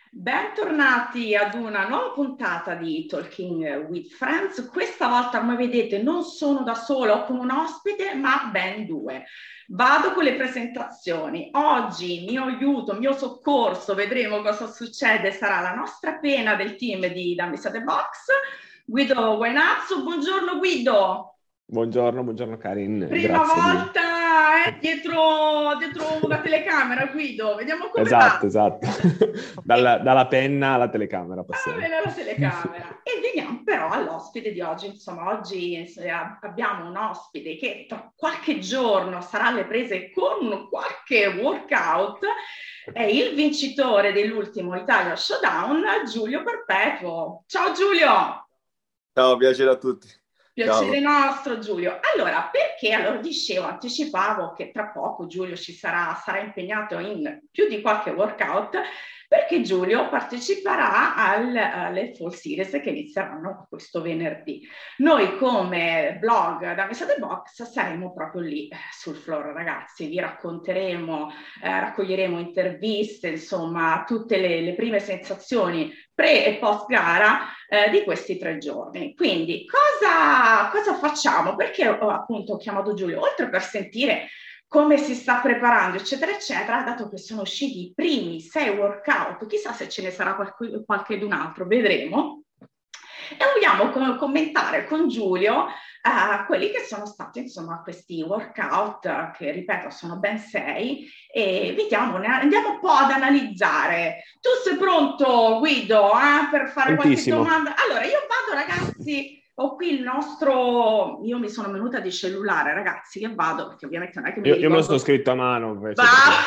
Bentornati ad una nuova puntata di Talking with Friends. Questa volta, come vedete, non sono da sola o con un ospite, ma ben due. Vado con le presentazioni. Oggi mio aiuto, mio soccorso, vedremo cosa succede, sarà la nostra pena del team di Da Messa the Box, Guido Guainazzo. Buongiorno Guido. Buongiorno Karin, Prima grazie di... volta dietro una telecamera, Guido. Vediamo come va. Esatto. Dalla penna alla telecamera passiamo. Bene, la telecamera. E veniamo però all'ospite di oggi. Insomma, oggi abbiamo un ospite che tra qualche giorno sarà alle prese con qualche workout. È il vincitore dell'ultimo Italia Showdown, Giulio Perpetuo. Ciao Giulio! Ciao, piacere a tutti. Piacere Ciao. nostro Giulio. Allora, perché? Allora dicevo, anticipavo che tra poco Giulio sarà impegnato in più di qualche workout, perché Giulio parteciperà alle Fall Series che inizieranno questo venerdì. Noi come blog da Messa the Box saremo proprio lì sul floor, ragazzi. Vi racconteremo, raccoglieremo interviste, insomma, tutte le prime sensazioni pre e post gara di questi 3 giorni. Quindi cosa facciamo? Perché appunto ho chiamato Giulio, oltre per sentire come si sta preparando, eccetera, eccetera, dato che sono usciti i primi 6 workout, chissà se ce ne sarà qualcun altro, vedremo. E vogliamo commentare con Giulio quelli che sono stati, insomma, questi workout, che ripeto sono ben 6, e andiamo un po' ad analizzare. Tu sei pronto, Guido, per fare qualche Tantissimo. domanda? Allora, io vado, ragazzi. Ho qui il nostro, io mi sono venuta di cellulare, ragazzi, che vado, perché ovviamente non è che Io me lo sono scritto a mano, invece,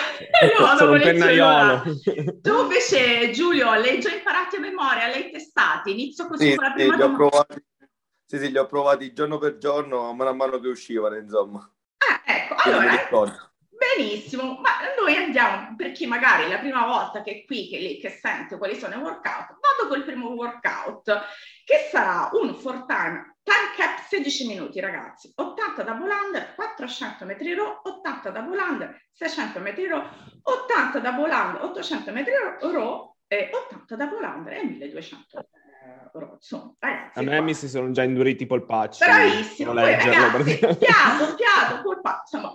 sono un pennaiolo. Tu invece, Giulio, li hai già imparati a memoria, li hai testati? Inizio così Sì, con la sì, prima domanda. li ho provati giorno per giorno, a mano che uscivano, insomma. Ecco, Quindi me allora, li ricordo. benissimo, ma noi andiamo, per chi magari è la prima volta che è qui, che sente quali sono i workout, vado col primo workout, che sarà un for time cap 16 minuti, ragazzi, 80 double under, 400 metri row, 80 double under, 600 metri row, 80 double under, 800 metri row, e 80 double under e 1200 row. Insomma, ragazzi, A me mi si sono già induriti i polpacci. bravissimo, poi ragazzi, Leggerlo. fiato, colpa, insomma.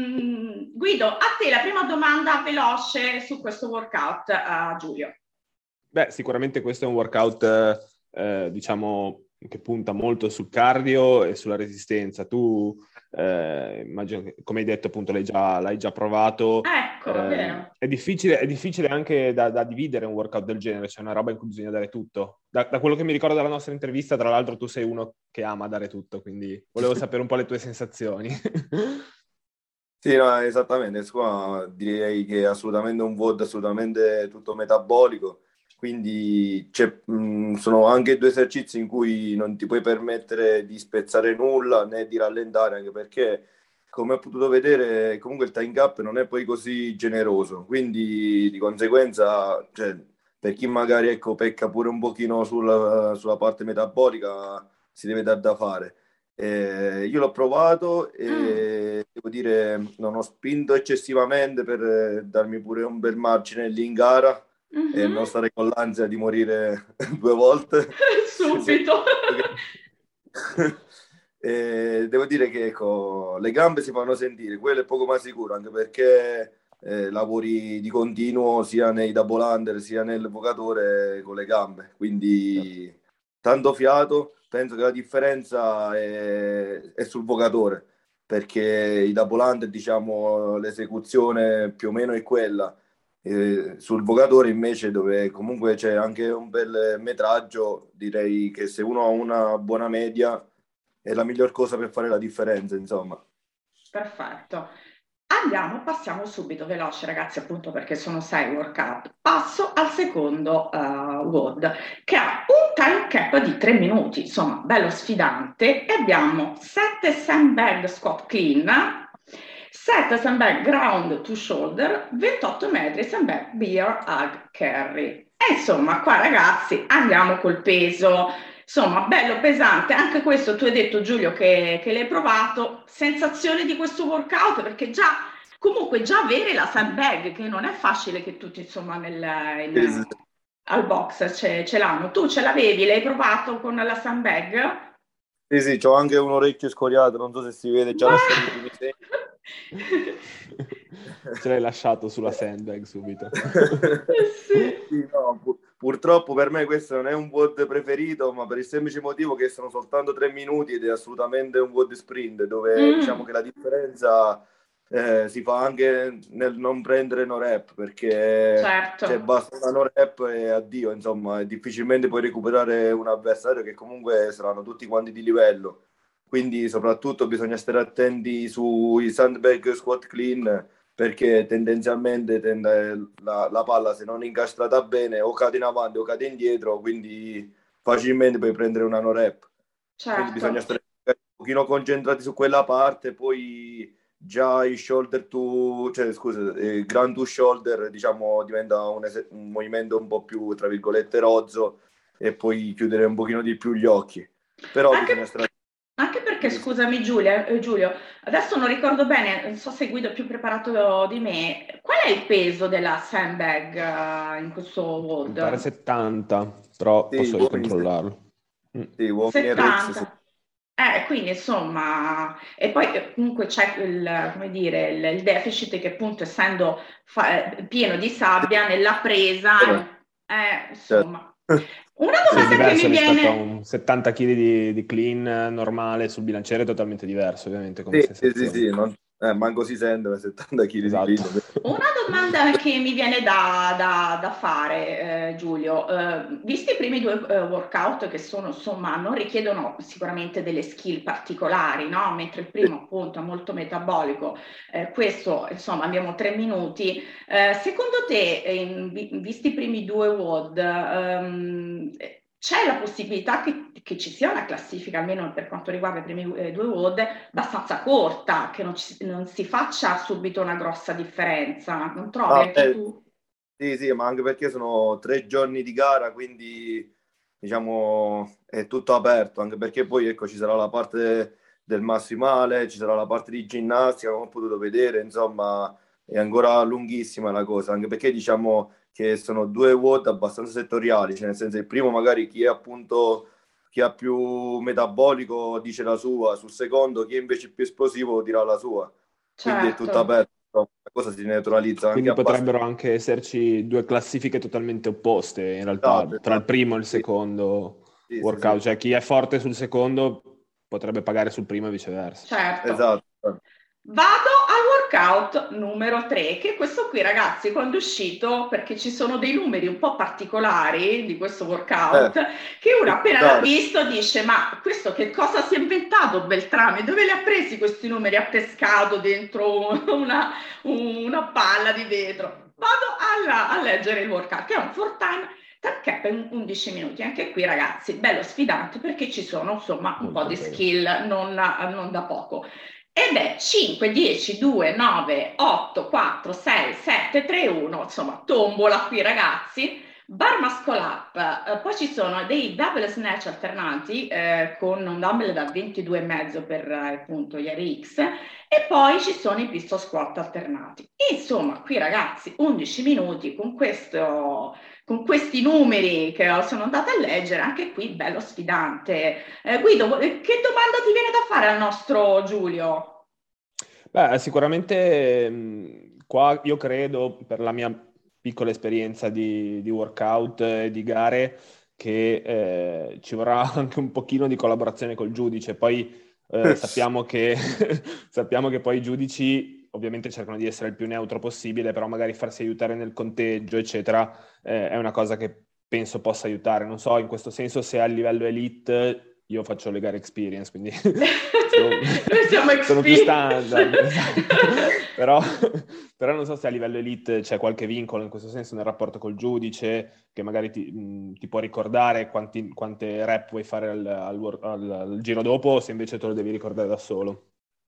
Guido, a te la prima domanda veloce su questo workout, Giulio. Beh, sicuramente questo è un workout, diciamo, che punta molto sul cardio e sulla resistenza. Tu, immagino che, come hai detto, appunto, l'hai già provato. Ecco, vero. È difficile anche da dividere un workout del genere, c'è una roba in cui bisogna dare tutto. Da quello che mi ricordo dalla nostra intervista, tra l'altro, tu sei uno che ama dare tutto, quindi volevo sapere un po' le tue sensazioni. Sì, no, esattamente. Qua direi che è assolutamente un VOD, assolutamente tutto metabolico. Quindi sono anche 2 esercizi in cui non ti puoi permettere di spezzare nulla né di rallentare, anche perché, come ho potuto vedere, comunque il time cap non è poi così generoso. Quindi di conseguenza, cioè, per chi magari ecco, pecca pure un pochino sulla parte metabolica, si deve dar da fare. Io l'ho provato e devo dire non ho spinto eccessivamente per darmi pure un bel margine lì in gara e non stare con l'ansia di morire 2 volte. Subito. Devo dire che ecco, le gambe si fanno sentire, quello è poco ma sicuro, anche perché lavori di continuo sia nei double under sia nel vocatore con le gambe, quindi tanto fiato. Penso che la differenza è sul vocatore, perché i double under, diciamo, l'esecuzione più o meno è quella. Sul vocatore invece, dove comunque c'è anche un bel metraggio, direi che se uno ha una buona media è la miglior cosa per fare la differenza, insomma. Perfetto. Passiamo subito, veloce ragazzi, appunto perché sono 6 workout. Passo al secondo WOD, che ha un time cap di 3 minuti, insomma, bello sfidante, e abbiamo 7 sandbag squat clean, 7 sandbag ground to shoulder, 28 metri sandbag bear hug carry. E insomma, qua ragazzi andiamo col peso. Insomma, bello pesante, anche questo tu hai detto Giulio che l'hai provato, sensazione di questo workout, perché comunque già avere la sandbag, che non è facile che tutti insomma al box ce l'hanno. Tu ce l'avevi? L'hai provato con la sandbag? Sì, sì, c'ho anche un orecchio scoriato, non so se si vede, già Ma... lasciato i primi segni. Ce l'hai lasciato sulla sandbag subito. Sì. Sì, no, purtroppo per me questo non è un WOD preferito, ma per il semplice motivo che sono soltanto 3 minuti ed è assolutamente un WOD sprint, dove diciamo Mm, che la differenza si fa anche nel non prendere no rep, perché cioè, certo. basta una no rep e addio, insomma, e difficilmente puoi recuperare un avversario che comunque saranno tutti quanti di livello. Quindi soprattutto bisogna stare attenti sui sandbag squat clean perché tendenzialmente la palla se non incastrata bene o cade in avanti o cade indietro, quindi facilmente puoi prendere una no rep. Quindi Certo. bisogna stare un pochino concentrati su quella parte, poi già il shoulder to, cioè scusa, il ground to shoulder diciamo diventa un movimento un po' più tra virgolette rozzo e poi chiudere un pochino di più gli occhi. Però Anche, bisogna stare. anche perché, scusami Giulio, adesso non ricordo bene, non so se Guido è più preparato di me, qual è il peso della sandbag in questo Mi pare WOD? 70, però Sì, posso ricontrollarlo. Mm. sì, uomini e rex, sì. 70. Quindi insomma, e poi comunque c'è come dire, il deficit che appunto essendo pieno di sabbia nella presa, Certo. insomma. Una Sì, è domanda che diverso mi rispetto a viene, un 70 kg di clean normale sul bilanciere, è totalmente diverso ovviamente come Sì, sì, sì, sensazione. sì, manco si sente per 70 kg di Esatto. clean. Una domanda che mi viene da fare, Giulio, visti i primi due workout che sono, insomma, non richiedono sicuramente delle skill particolari, no? Mentre il Sì. primo appunto è molto metabolico, questo, insomma, abbiamo 3 minuti. Secondo te, visti i primi due WOD, c'è la possibilità che ci sia una classifica, almeno per quanto riguarda i primi due WOD, abbastanza corta, che non si faccia subito una grossa differenza, non trovi Ah, anche tu? sì, sì, ma anche perché sono 3 giorni di gara, quindi diciamo è tutto aperto, anche perché poi ecco ci sarà la parte del massimale, ci sarà la parte di ginnastica, come ho potuto vedere, insomma è ancora lunghissima la cosa, anche perché diciamo che sono due WOD abbastanza settoriali, cioè nel senso il primo magari chi è appunto chi ha più metabolico dice la sua, sul secondo chi è invece più esplosivo dirà la sua, quindi è tutto Certo, aperto, la cosa si neutralizza anche Quindi abbastanza. potrebbero anche esserci due classifiche totalmente opposte in realtà, Esatto, tra il esatto. primo e il Sì, secondo sì, sì, workout, sì. cioè chi è forte sul secondo potrebbe pagare sul primo e viceversa. certo. Esatto. Vado al workout numero 3, che questo qui, ragazzi, quando è uscito, perché ci sono dei numeri un po' particolari di questo workout, che uno appena l'ha Dai. visto dice, ma questo che cosa si è inventato Beltrame? Dove li ha presi questi numeri? Ha pescato dentro una palla di vetro. Vado a leggere il workout, che è un full time cap in 11 minuti. Anche qui, ragazzi, bello sfidante perché ci sono, insomma, un po' Molto di breve. skill non da poco. Ed è 5, 10, 2, 9, 8, 4, 6, 7, 3, 1, insomma, tombola qui ragazzi, bar muscle up, poi ci sono dei double snatch alternati con un dumbbell da 22,5 per appunto gli RX e poi ci sono i pistol squat alternati. Insomma, qui ragazzi, 11 minuti con questi numeri che sono andata a leggere, anche qui bello sfidante. Guido, che domanda ti viene da fare al nostro Giulio? Beh, sicuramente qua io credo, per la mia piccola esperienza di workout e di gare, che ci vorrà anche un pochino di collaborazione col giudice. Poi sappiamo che, sappiamo che poi i giudici ovviamente cercano di essere il più neutro possibile, però magari farsi aiutare nel conteggio, eccetera, è una cosa che penso possa aiutare. Non so, in questo senso se a livello elite io faccio le gare experience, quindi Noi siamo sono più experience. standard, esatto. Però non so se a livello elite c'è qualche vincolo in questo senso nel rapporto col giudice, che magari ti può ricordare quante rep puoi fare al giro dopo, o se invece te lo devi ricordare da solo.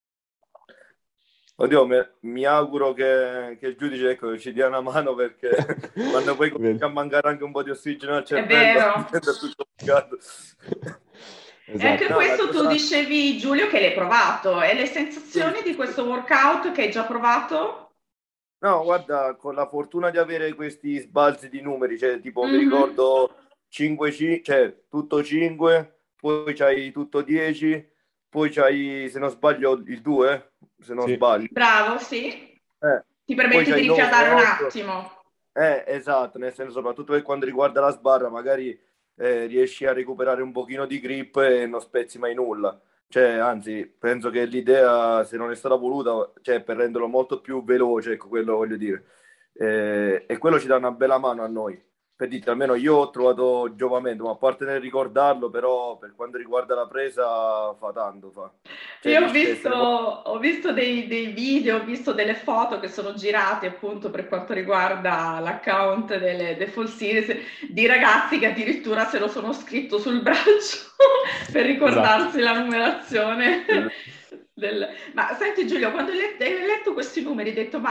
Oddio, mi auguro che il giudice ecco, ci dia una mano perché quando poi comincia a mancare anche un po' di ossigeno al È cervello vero. diventa tutto complicato. E anche Esatto. No, la questo tu cosa... dicevi, Giulio, che l'hai provato. E le Sì, sensazioni di sì. questo workout che hai già provato? No, guarda, con la fortuna di avere questi sbalzi di numeri, cioè tipo mi Mhm. ricordo 5, cioè tutto 5, poi c'hai tutto 10, poi c'hai, se non sbaglio, il 2, se non Sì. sbaglio. Bravo, sì. Eh, Ti poi permette di c'hai 9, rifiatare un 8. attimo. Esatto, nel senso soprattutto per quanto riguarda la sbarra, magari riesci a recuperare un pochino di grip e non spezzi mai nulla. Cioè, anzi, penso che l'idea, se non è stata voluta, cioè per renderlo molto più veloce, ecco, quello voglio dire. E quello ci dà una bella mano a noi. Per dirti, almeno io ho trovato giovamento, ma a parte nel ricordarlo, però per quanto riguarda la presa fa tanto, fa. Cioè, Io riesci a essere molto... ho visto dei video, ho visto delle foto che sono girate appunto per quanto riguarda l'account dei Full Series di ragazzi che addirittura se lo sono scritto sul braccio per Esatto. ricordarsi la numerazione. Ma senti Giulio, quando hai letto questi numeri hai detto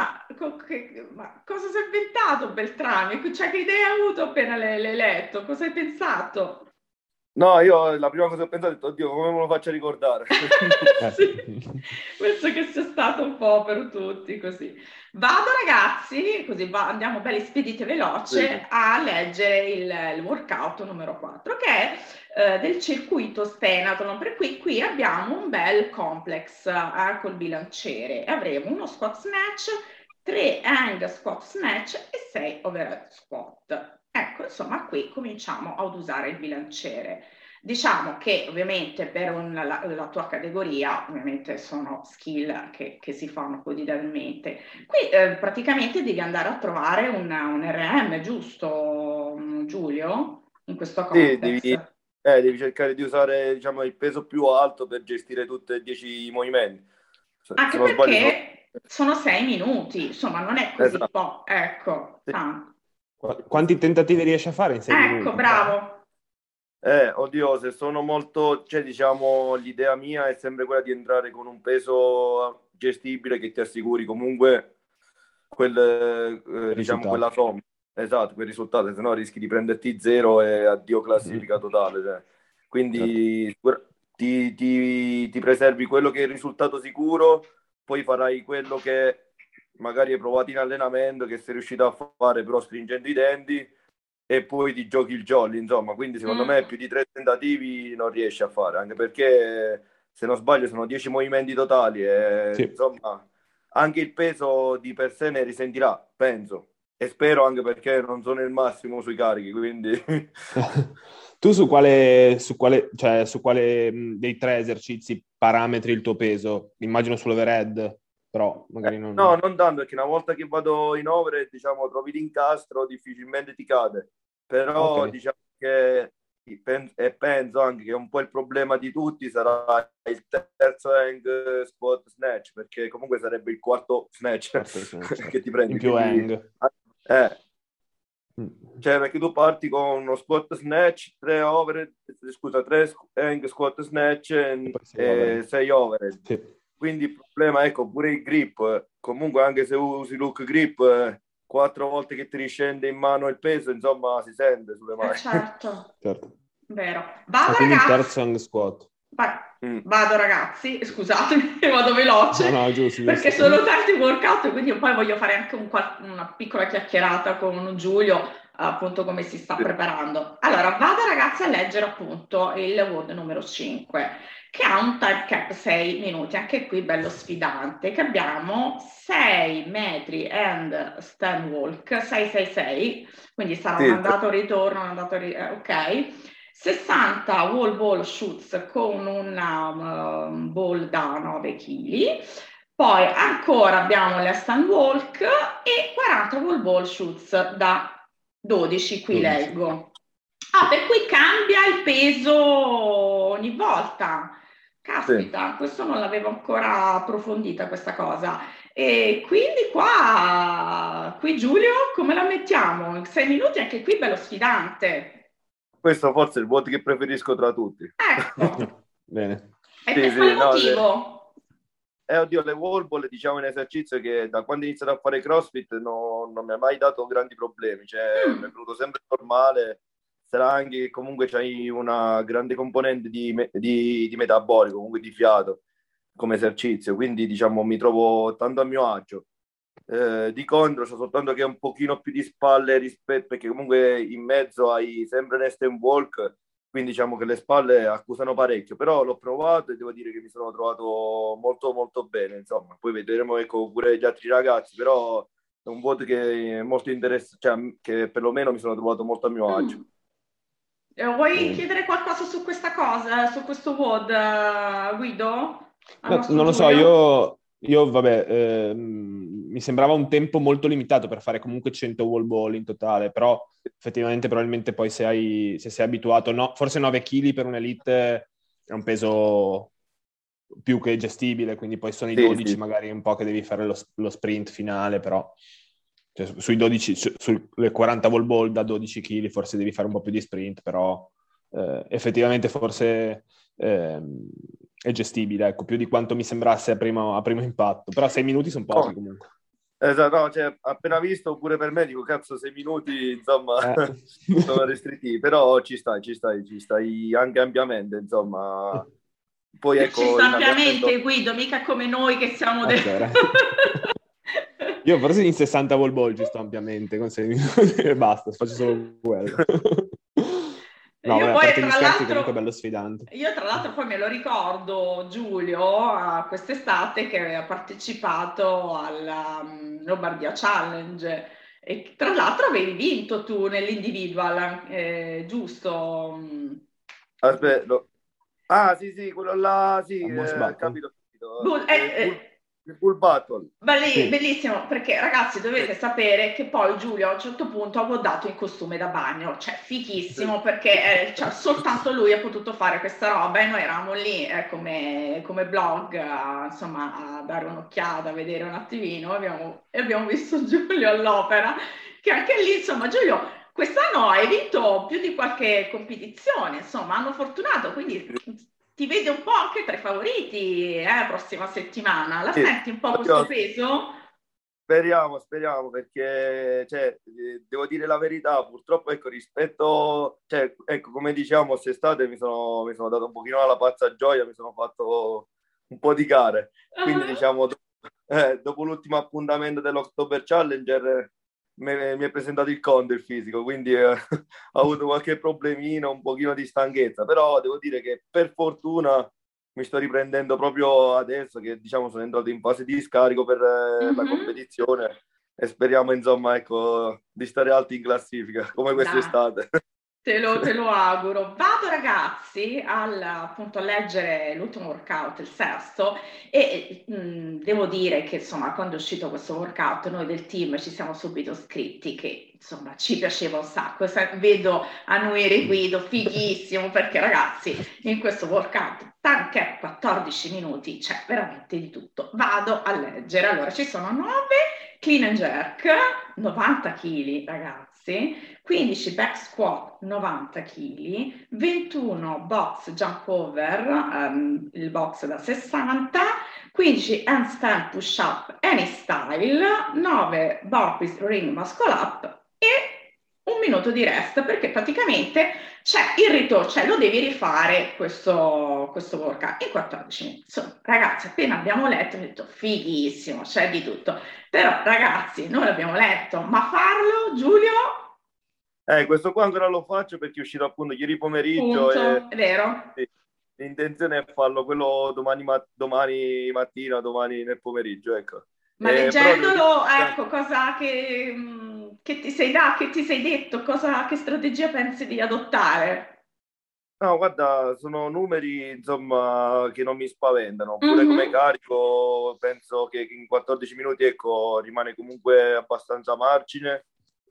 ma cosa si è inventato Beltrami? Cioè, che idea hai avuto appena l'hai letto? Cosa hai pensato? No, io la prima cosa che ho pensato è detto, oddio, come me lo faccio ricordare? Sì, penso che sia stato un po' per tutti così. Vado ragazzi, così andiamo belli spediti e Sì, veloce sì. a leggere il workout numero 4 che è del circuito Stenathlon, per cui qui abbiamo un bel complex col bilanciere. Avremo uno squat snatch, 3 hang squat snatch e 6 overhead squat. Ecco, insomma, qui cominciamo ad usare il bilanciere. Diciamo che ovviamente per la tua categoria, ovviamente sono skill che si fanno quotidianamente. Qui praticamente devi andare a trovare un RM, giusto Giulio, in questo Sì, complex. devi cercare di usare, diciamo, il peso più alto per gestire tutti e 10 i movimenti. Se Anche non sbaglio sono... perché sono 6 minuti, insomma non è così Esatto. po', ecco, Sì. tanto. Quanti tentativi riesci a fare in 6 minuti? Ecco, bravo. Oddio, se sono molto, cioè diciamo, l'idea mia è sempre quella di entrare con un peso gestibile che ti assicuri comunque Il diciamo, risultato. quella somma. Esatto, quel risultato, se no rischi di prenderti zero e addio Mm, classifica totale. Cioè. certo. Quindi ti preservi quello che è il risultato sicuro, poi farai quello che magari hai provato in allenamento, che sei riuscito a fare però stringendo i denti e poi ti giochi il jolly, insomma, quindi secondo me Mm. più di 3 tentativi non riesci a fare, anche perché se non sbaglio sono 10 movimenti totali e Sì. insomma anche il peso di per sé ne risentirà, penso, e spero anche perché non sono il massimo sui carichi, quindi Tu cioè, su quale dei tre esercizi parametri il tuo peso? Immagino sull'overhead, però magari no, non... non tanto, perché una volta che vado in over, diciamo, trovi l'incastro, difficilmente ti cade. Ok, Però diciamo che e penso anche che un po' il problema di tutti sarà il terzo hang squat snatch, perché comunque sarebbe il quarto quarto snatch che certo. ti In prendi. più Quindi, hang. eh, Mm. cioè, perché tu parti con uno squat snatch, tre hang squat snatch E poi sei over. e 6 overhead. Sì. Quindi il problema, ecco, pure il grip. Comunque, anche se usi look grip, 4 volte che ti riscende in mano il peso, insomma, si sente sulle mani. Certo, Certo. vero. Vado Ah, quindi il ragazzi. terzo hang squat. Vai. Mm. Vado ragazzi, scusatemi, vado veloce No, no, giusto, perché giusto. sono tanti workout e quindi poi voglio fare anche una piccola chiacchierata con Giulio, appunto come si sta preparando. Allora, vado ragazzi a leggere appunto il WOD numero 5, che ha un time cap 6 minuti, anche qui bello sfidante, che abbiamo 6 metri and stand walk, 666, quindi sarà un Sì, andato ritorno, un andato ok. 60 wall ball shoots con una ball da 9 kg, poi ancora abbiamo l'est and walk e 40 wall ball shoots da 12, qui 12. leggo. Sì. Ah, per cui cambia il peso ogni volta. sì. Caspita, questo non l'avevo ancora approfondita questa cosa. E quindi qui Giulio, come la mettiamo? In 6 minuti anche qui bello sfidante. Questo forse è il voto che preferisco tra tutti. Ecco, Bene. e Sì, per quale sì, no, motivo? oddio, le wall ball, diciamo, è un esercizio che da quando ho iniziato a fare CrossFit non mi ha mai dato grandi problemi, cioè mi è Mm, venuto sempre normale, sarà anche che comunque c'hai una grande componente di metabolico, comunque di fiato come esercizio, quindi diciamo mi trovo tanto a mio agio. Di contro c'è soltanto che è un pochino più di spalle rispetto, perché comunque in mezzo hai sempre Nest and Walk, quindi diciamo che le spalle accusano parecchio, però l'ho provato e devo dire che mi sono trovato molto molto bene, insomma. Poi vedremo, ecco, pure gli altri ragazzi, però è un voto che è molto interessante, cioè che perlomeno mi sono trovato molto a mio agio. Vuoi chiedere qualcosa su questa cosa, su questo WOD, Guido? Al No, nostro non lo so, Giulio? vabbè, mi sembrava un tempo molto limitato per fare comunque 100 wall ball in totale, però effettivamente probabilmente poi se sei abituato, no, forse 9 kg per un'elite è un peso più che gestibile, quindi poi sono i Sì, 12 sì. magari un po' che devi fare lo sprint finale, però cioè, sui 12, sulle 40 wall ball da 12 kg forse devi fare un po' più di sprint, però effettivamente forse è gestibile, ecco, più di quanto mi sembrasse a primo impatto, però 6 minuti sono pochi No, comunque. esatto, no, cioè, appena visto pure per me, dico, cazzo, 6 minuti, insomma, Eh. sono restrittivi, però ci stai anche ampiamente, insomma. Poi Io ci ecco, sto in allenamento... ampiamente, Guido, mica come noi che siamo... Ok. Io forse in 60 wall ball ci sto ampiamente, con 6 minuti e basta, faccio solo quello. No, Io vabbè, a poi parte gli tra scherzi, comunque è l'altro, bello sfidante. io tra l'altro poi me lo ricordo Giulio quest'estate che aveva partecipato alla Lombardia Challenge e tra l'altro avevi vinto tu nell'individual, giusto? Aspetta, ah, sì, sì, quello là, sì, A Mosh Battle? capito, capito. Bull- eh, eh, Il Bull Battle. Sì. Bellissimo, perché ragazzi Sì, dovete sapere che poi Giulio a un certo punto ha vodato in costume da bagno, cioè sì. fighissimo perché cioè, soltanto lui ha potuto fare questa roba e noi eravamo lì come blog insomma a dare un'occhiata, a vedere un attimino e abbiamo visto Giulio all'opera, che anche lì insomma Giulio quest'anno hai vinto più di qualche competizione, insomma hanno fortunato, quindi ti vede un po' anche tra i favoriti, prossima settimana. La Sì. senti un po' questo Oddio, peso? speriamo, perché cioè, devo dire la verità, purtroppo ecco, rispetto, cioè, ecco, come diciamo, quest'estate mi sono dato un pochino alla pazza gioia, mi sono fatto un po' di gare, quindi Ah, diciamo, dopo l'ultimo appuntamento dell'October Challenger mi è presentato il conto il fisico, quindi ho avuto qualche problemino, un pochino di stanchezza, però devo dire che per fortuna mi sto riprendendo proprio adesso che diciamo sono entrato in fase di scarico per la mhm. competizione e speriamo insomma ecco di stare alti in classifica come Dai. quest'estate. Te lo auguro. Vado ragazzi appunto a leggere l'ultimo workout, il sesto, e devo dire che insomma quando è uscito questo workout noi del team ci siamo subito scritti che insomma ci piaceva un sacco. Vedo Anuiri Guido, fighissimo, perché ragazzi in questo workout, tanto 14 minuti, c'è veramente di tutto. Vado a leggere. Allora ci sono 9 clean and jerk, 90 kg ragazzi. 15 back squat 90 kg, 21 box jump over, il box da 60, 15 handstand push up any style, 9 burpees ring muscle up e un minuto di rest perché praticamente c'è il ritorno, cioè lo devi rifare questo workout in 14 minuti. Insomma, ragazzi, appena abbiamo letto, ho detto fighissimo, c'è di tutto. Però ragazzi, noi l'abbiamo letto, ma farlo, Giulio? Questo qua ancora lo faccio perché è uscito appunto ieri pomeriggio e Punto, è vero. sì, l'intenzione è farlo quello domani mattina, domani nel pomeriggio, ecco. Ma Però devo dire leggendolo, ecco, cosa che che ti sei detto, che strategia pensi di adottare? no, guarda, sono numeri insomma che non mi spaventano. Pure come Mhm. carico, penso che in 14 minuti ecco, rimane comunque abbastanza margine.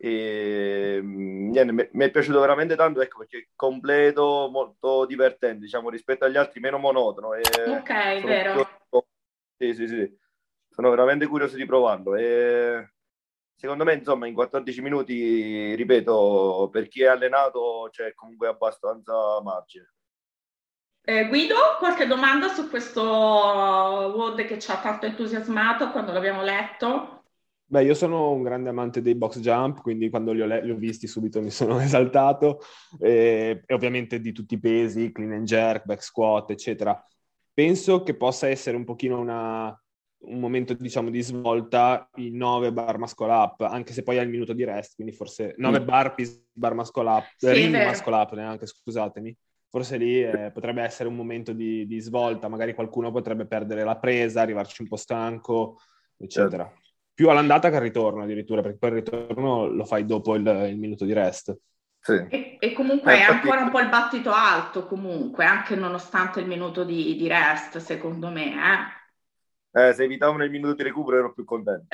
E niente, mi è piaciuto veramente tanto, ecco, perché è completo, molto divertente, diciamo, rispetto agli altri, meno monotono. E Ok, sono vero. curioso, sì, sì, sì, sono veramente curioso di provarlo. E secondo me, insomma, in 14 minuti, ripeto, per chi è allenato c'è comunque abbastanza margine. Guido, qualche domanda su questo WOD che ci ha tanto entusiasmato quando l'abbiamo letto? Beh, io sono un grande amante dei box jump, quindi quando li ho visti subito mi sono esaltato, e ovviamente di tutti i pesi, clean and jerk, back squat, eccetera. Penso che possa essere un pochino un momento, diciamo, di svolta, i 9 bar muscle up, anche se poi ha il minuto di rest, quindi forse 9 burpees, bar muscle up, Sì, ring muscle up neanche, scusatemi. Forse lì potrebbe essere un momento di svolta, magari qualcuno potrebbe perdere la presa, arrivarci un po' stanco, eccetera. Certo. Più all'andata che al ritorno addirittura, perché poi il ritorno lo fai dopo il minuto di rest. Sì. E comunque è Infatti, ancora un po' il battito alto comunque, anche nonostante il minuto di rest, secondo me, se evitavano il minuto di recupero ero più contento.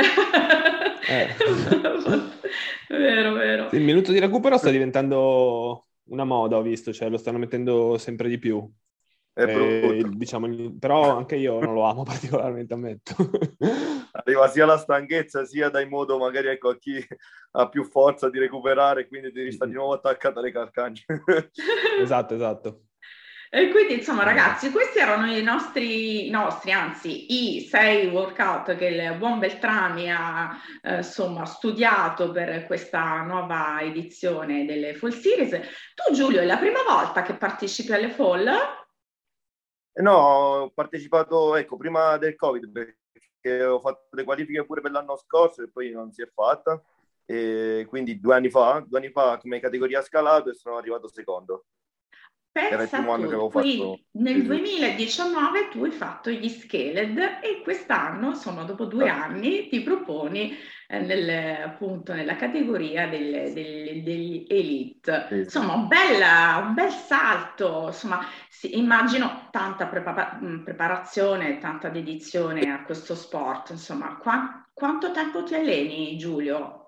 Vero, vero. Sì, il minuto di recupero sta diventando una moda, ho visto, cioè lo stanno mettendo sempre di più. Diciamo, però anche io non lo amo particolarmente, ammetto. Arriva sia la stanchezza sia dai modo magari ecco, a chi ha più forza di recuperare, quindi devi stare di nuovo attaccato alle calcagna. Esatto. E quindi insomma ragazzi, questi erano i nostri, anzi i 6 workout che il buon Beltrami ha insomma studiato per questa nuova edizione delle Fall Series. Tu Giulio, è la prima volta che partecipi alle Fall? No, ho partecipato ecco, prima del Covid perché ho fatto le qualifiche pure per l'anno scorso e poi non si è fatta. E quindi 2 anni fa come categoria scalato e sono arrivato secondo. Era il primo anno che avevo fatto. Nel 2019 tu hai fatto gli Scaled e quest'anno, insomma, dopo 2 anni, ti proponi appunto nella categoria degli Elite. Sì. Insomma, un bel salto, insomma, immagino tanta preparazione, tanta dedizione a questo sport. Insomma, quanto tempo ti alleni, Giulio?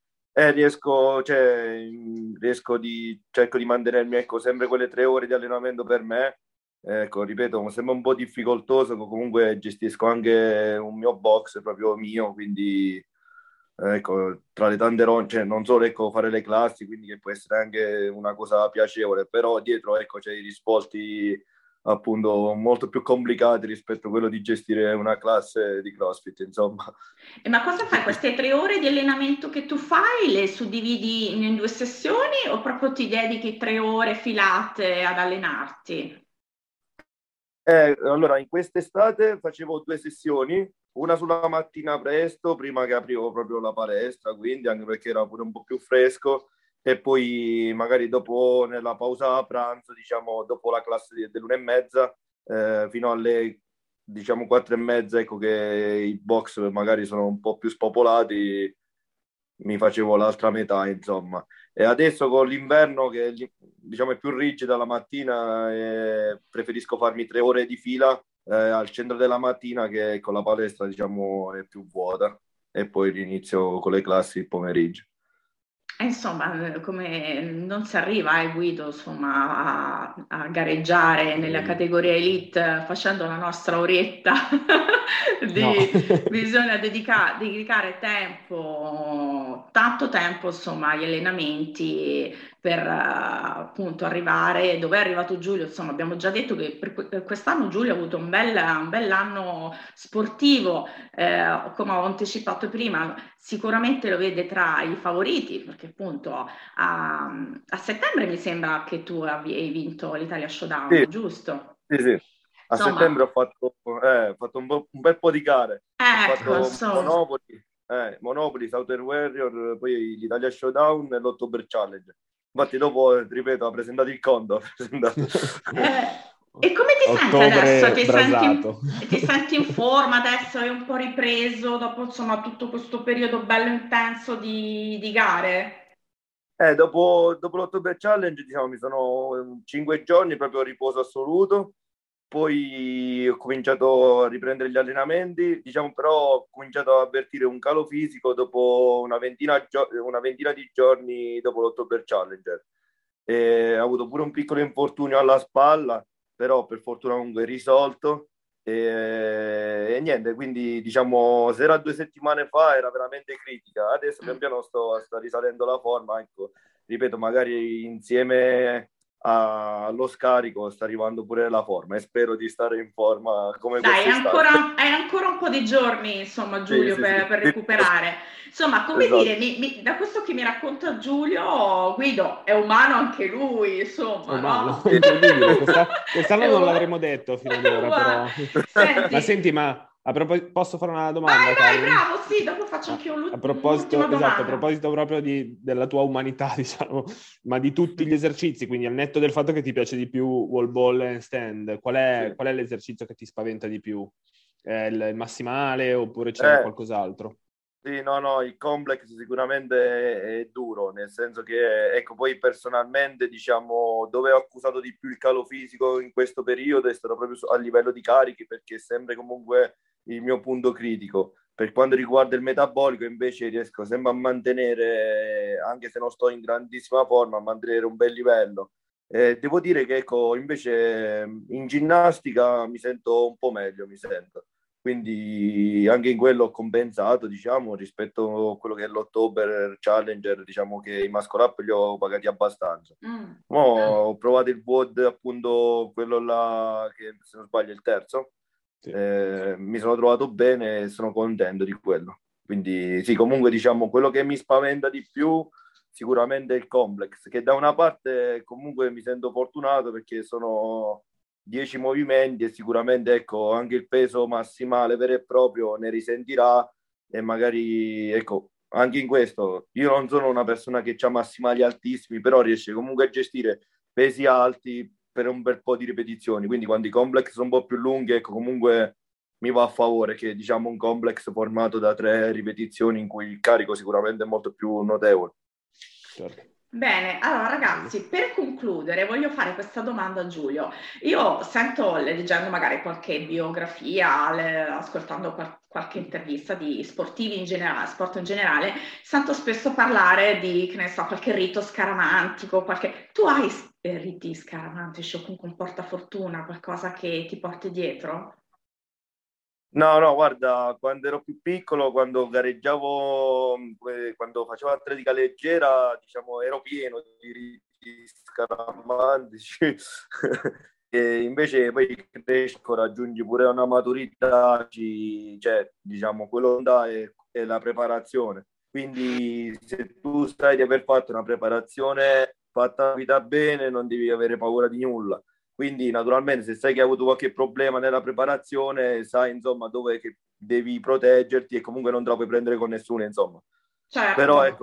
Cerco di mantenermi ecco, sempre quelle 3 ore di allenamento per me. Ecco, ripeto, sembra un po' difficoltoso, comunque gestisco anche un mio box proprio mio, quindi ecco, tra le tante cioè, non solo ecco, fare le classi, quindi che può essere anche una cosa piacevole, però dietro ecco, c'è i risvolti appunto molto più complicati rispetto a quello di gestire una classe di CrossFit, insomma. Ma cosa fai? Queste 3 ore di allenamento che tu fai, le suddividi in 2 sessioni o proprio ti dedichi 3 ore filate ad allenarti? Allora, in quest'estate facevo 2 sessioni, una sulla mattina presto, prima che aprivo proprio la palestra, quindi anche perché era pure un po' più fresco, e poi magari dopo nella pausa pranzo, diciamo dopo la classe dell'1:30 fino alle diciamo 4:30, ecco che i box magari sono un po' più spopolati, mi facevo l'altra metà, insomma. E adesso con l'inverno che diciamo è più rigida la mattina, preferisco farmi 3 ore di fila al centro della mattina, che con la palestra diciamo è più vuota, e poi inizio con le classi il pomeriggio. Insomma, come non si arriva, Guido, insomma, a gareggiare nella categoria Elite facendo la nostra oretta bisogna dedicare tempo, tanto tempo, insomma, agli allenamenti per appunto arrivare dove è arrivato Giulio. Insomma, abbiamo già detto che per quest'anno Giulio ha avuto un bell'anno sportivo, come ho anticipato prima, sicuramente lo vede tra i favoriti, perché appunto a settembre mi sembra che tu hai vinto l'Italia Showdown, sì, giusto? Sì. A settembre ho fatto un bel po' di gare. Ecco, ho fatto Monopoli, Southern Warrior, poi l'Italia Showdown e l'October Challenge. Infatti dopo, ripeto, ha presentato il Condor. E come ti senti adesso? Ti brasato. senti in forma adesso? Hai un po' ripreso dopo insomma tutto questo periodo bello intenso di gare? Dopo l'October Challenge, diciamo, mi sono 5 giorni proprio riposo assoluto. Poi ho cominciato a riprendere gli allenamenti, diciamo, però ho cominciato a avvertire un calo fisico dopo una ventina di giorni dopo l'October Challenger. Ho avuto pure un piccolo infortunio alla spalla, però per fortuna comunque risolto. E niente, quindi diciamo, se era 2 settimane fa era veramente critica. Adesso pian piano sta risalendo la forma, ecco. Ripeto, magari insieme allo scarico sta arrivando pure la forma e spero di stare in forma come quest'estate. Hai ancora un po' di giorni, insomma, Giulio, sì, per recuperare. Insomma, come esatto. dire, da questo che mi racconta Giulio, Guido è umano anche lui, insomma, umano. No? Incredibile, quest'anno non l'avremmo detto fino ad ora, però. Senti. Ma senti, ma Posso fare una domanda, Vai, Karin? bravo, sì, dopo faccio anche A proposito, un'ultima domanda. esatto, a proposito proprio della tua umanità, diciamo, ma di tutti gli esercizi, quindi al netto del fatto che ti piace di più wall ball e stand, qual è l'esercizio che ti spaventa di più? Il massimale oppure c'è qualcos'altro? Sì, no, il complex sicuramente è duro, nel senso che, ecco, poi personalmente, diciamo, dove ho accusato di più il calo fisico in questo periodo è stato proprio a livello di carichi, perché è sempre comunque il mio punto critico. Per quanto riguarda il metabolico, invece, riesco sempre a mantenere, anche se non sto in grandissima forma, a mantenere un bel livello. Devo dire che, ecco, invece in ginnastica mi sento un po' meglio, mi sento. Quindi anche in quello ho compensato, diciamo, rispetto a quello che è l'October Challenger, diciamo che i muscle up li ho pagati abbastanza. Ho provato il WOD, appunto, quello là che se non sbaglio è il terzo. Sì. Mi sono trovato bene e sono contento di quello. Quindi sì, comunque diciamo quello che mi spaventa di più sicuramente è il complex, che da una parte comunque mi sento fortunato perché sono 10 movimenti e sicuramente ecco anche il peso massimale vero e proprio ne risentirà e magari ecco anche in questo io non sono una persona che ha massimali altissimi, però riesce comunque a gestire pesi alti per un bel po' di ripetizioni, quindi quando i complex sono un po' più lunghi ecco comunque mi va a favore che diciamo un complex formato da 3 ripetizioni in cui il carico sicuramente è molto più notevole. Certo. Bene, allora ragazzi, per concludere voglio fare questa domanda a Giulio. Io sento, leggendo magari qualche biografia, ascoltando qualche intervista di sportivi in generale, sport in generale, sento spesso parlare di, che ne so, qualche rito scaramantico, Tu hai riti scaramantici o comunque un portafortuna, qualcosa che ti porti dietro? No, guarda, quando ero più piccolo, quando gareggiavo, quando facevo atletica leggera, diciamo, ero pieno di riti scaramantici. E invece poi cresco, raggiungi pure una maturità, cioè, diciamo, quello da è la preparazione. Quindi se tu sai di aver fatto una preparazione fatta vita bene, non devi avere paura di nulla. Quindi naturalmente se sai che hai avuto qualche problema nella preparazione, sai insomma dove che devi proteggerti e comunque non te la puoi prendere con nessuno, insomma. Certo. Però ecco,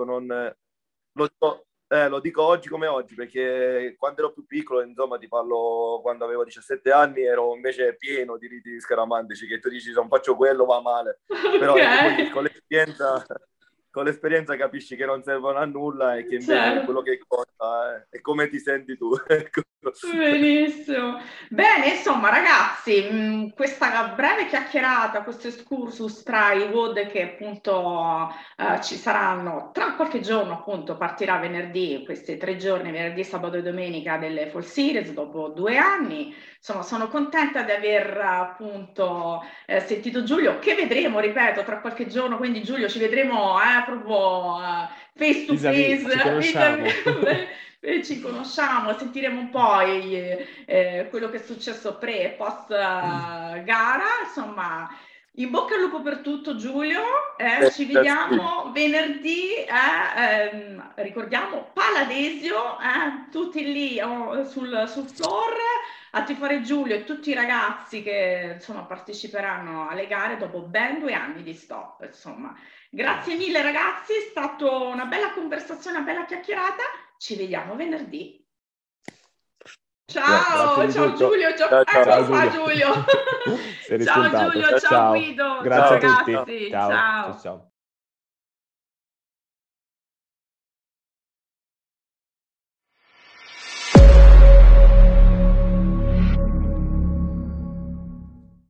lo dico oggi come oggi, perché quando ero più piccolo, insomma ti parlo quando avevo 17 anni, ero invece pieno di riti scaramantici, che tu dici se non faccio quello va male. Però ecco, poi con l'esperienza capisci che non servono a nulla e che invece quello che conta è come ti senti tu. Ecco. Benissimo. Bene, insomma, ragazzi, questa breve chiacchierata, questo excursus tra i WOD che appunto ci saranno tra qualche giorno, appunto, partirà venerdì, questi 3 giorni, venerdì, sabato e domenica delle Fall Series dopo 2 anni. Insomma, sono contenta di aver appunto sentito Giulio, che vedremo, ripeto, tra qualche giorno. Quindi, Giulio, ci vedremo proprio face to face. Ci conosciamo. Ci conosciamo, sentiremo un po' quello che è successo pre e post gara. Insomma, in bocca al lupo per tutto, Giulio. Ci vediamo venerdì. Ricordiamo Paladesio, tutti lì sul floor a tifare Giulio e tutti i ragazzi che insomma parteciperanno alle gare dopo ben 2 anni di stop. Insomma, grazie mille ragazzi, è stata una bella conversazione, una bella chiacchierata. Ci vediamo venerdì. Ciao, ciao Giulio, ciao Giulio. Sei Ciao Giulio, ciao Guido. Grazie ciao, a tutti. Ragazzi. Ciao.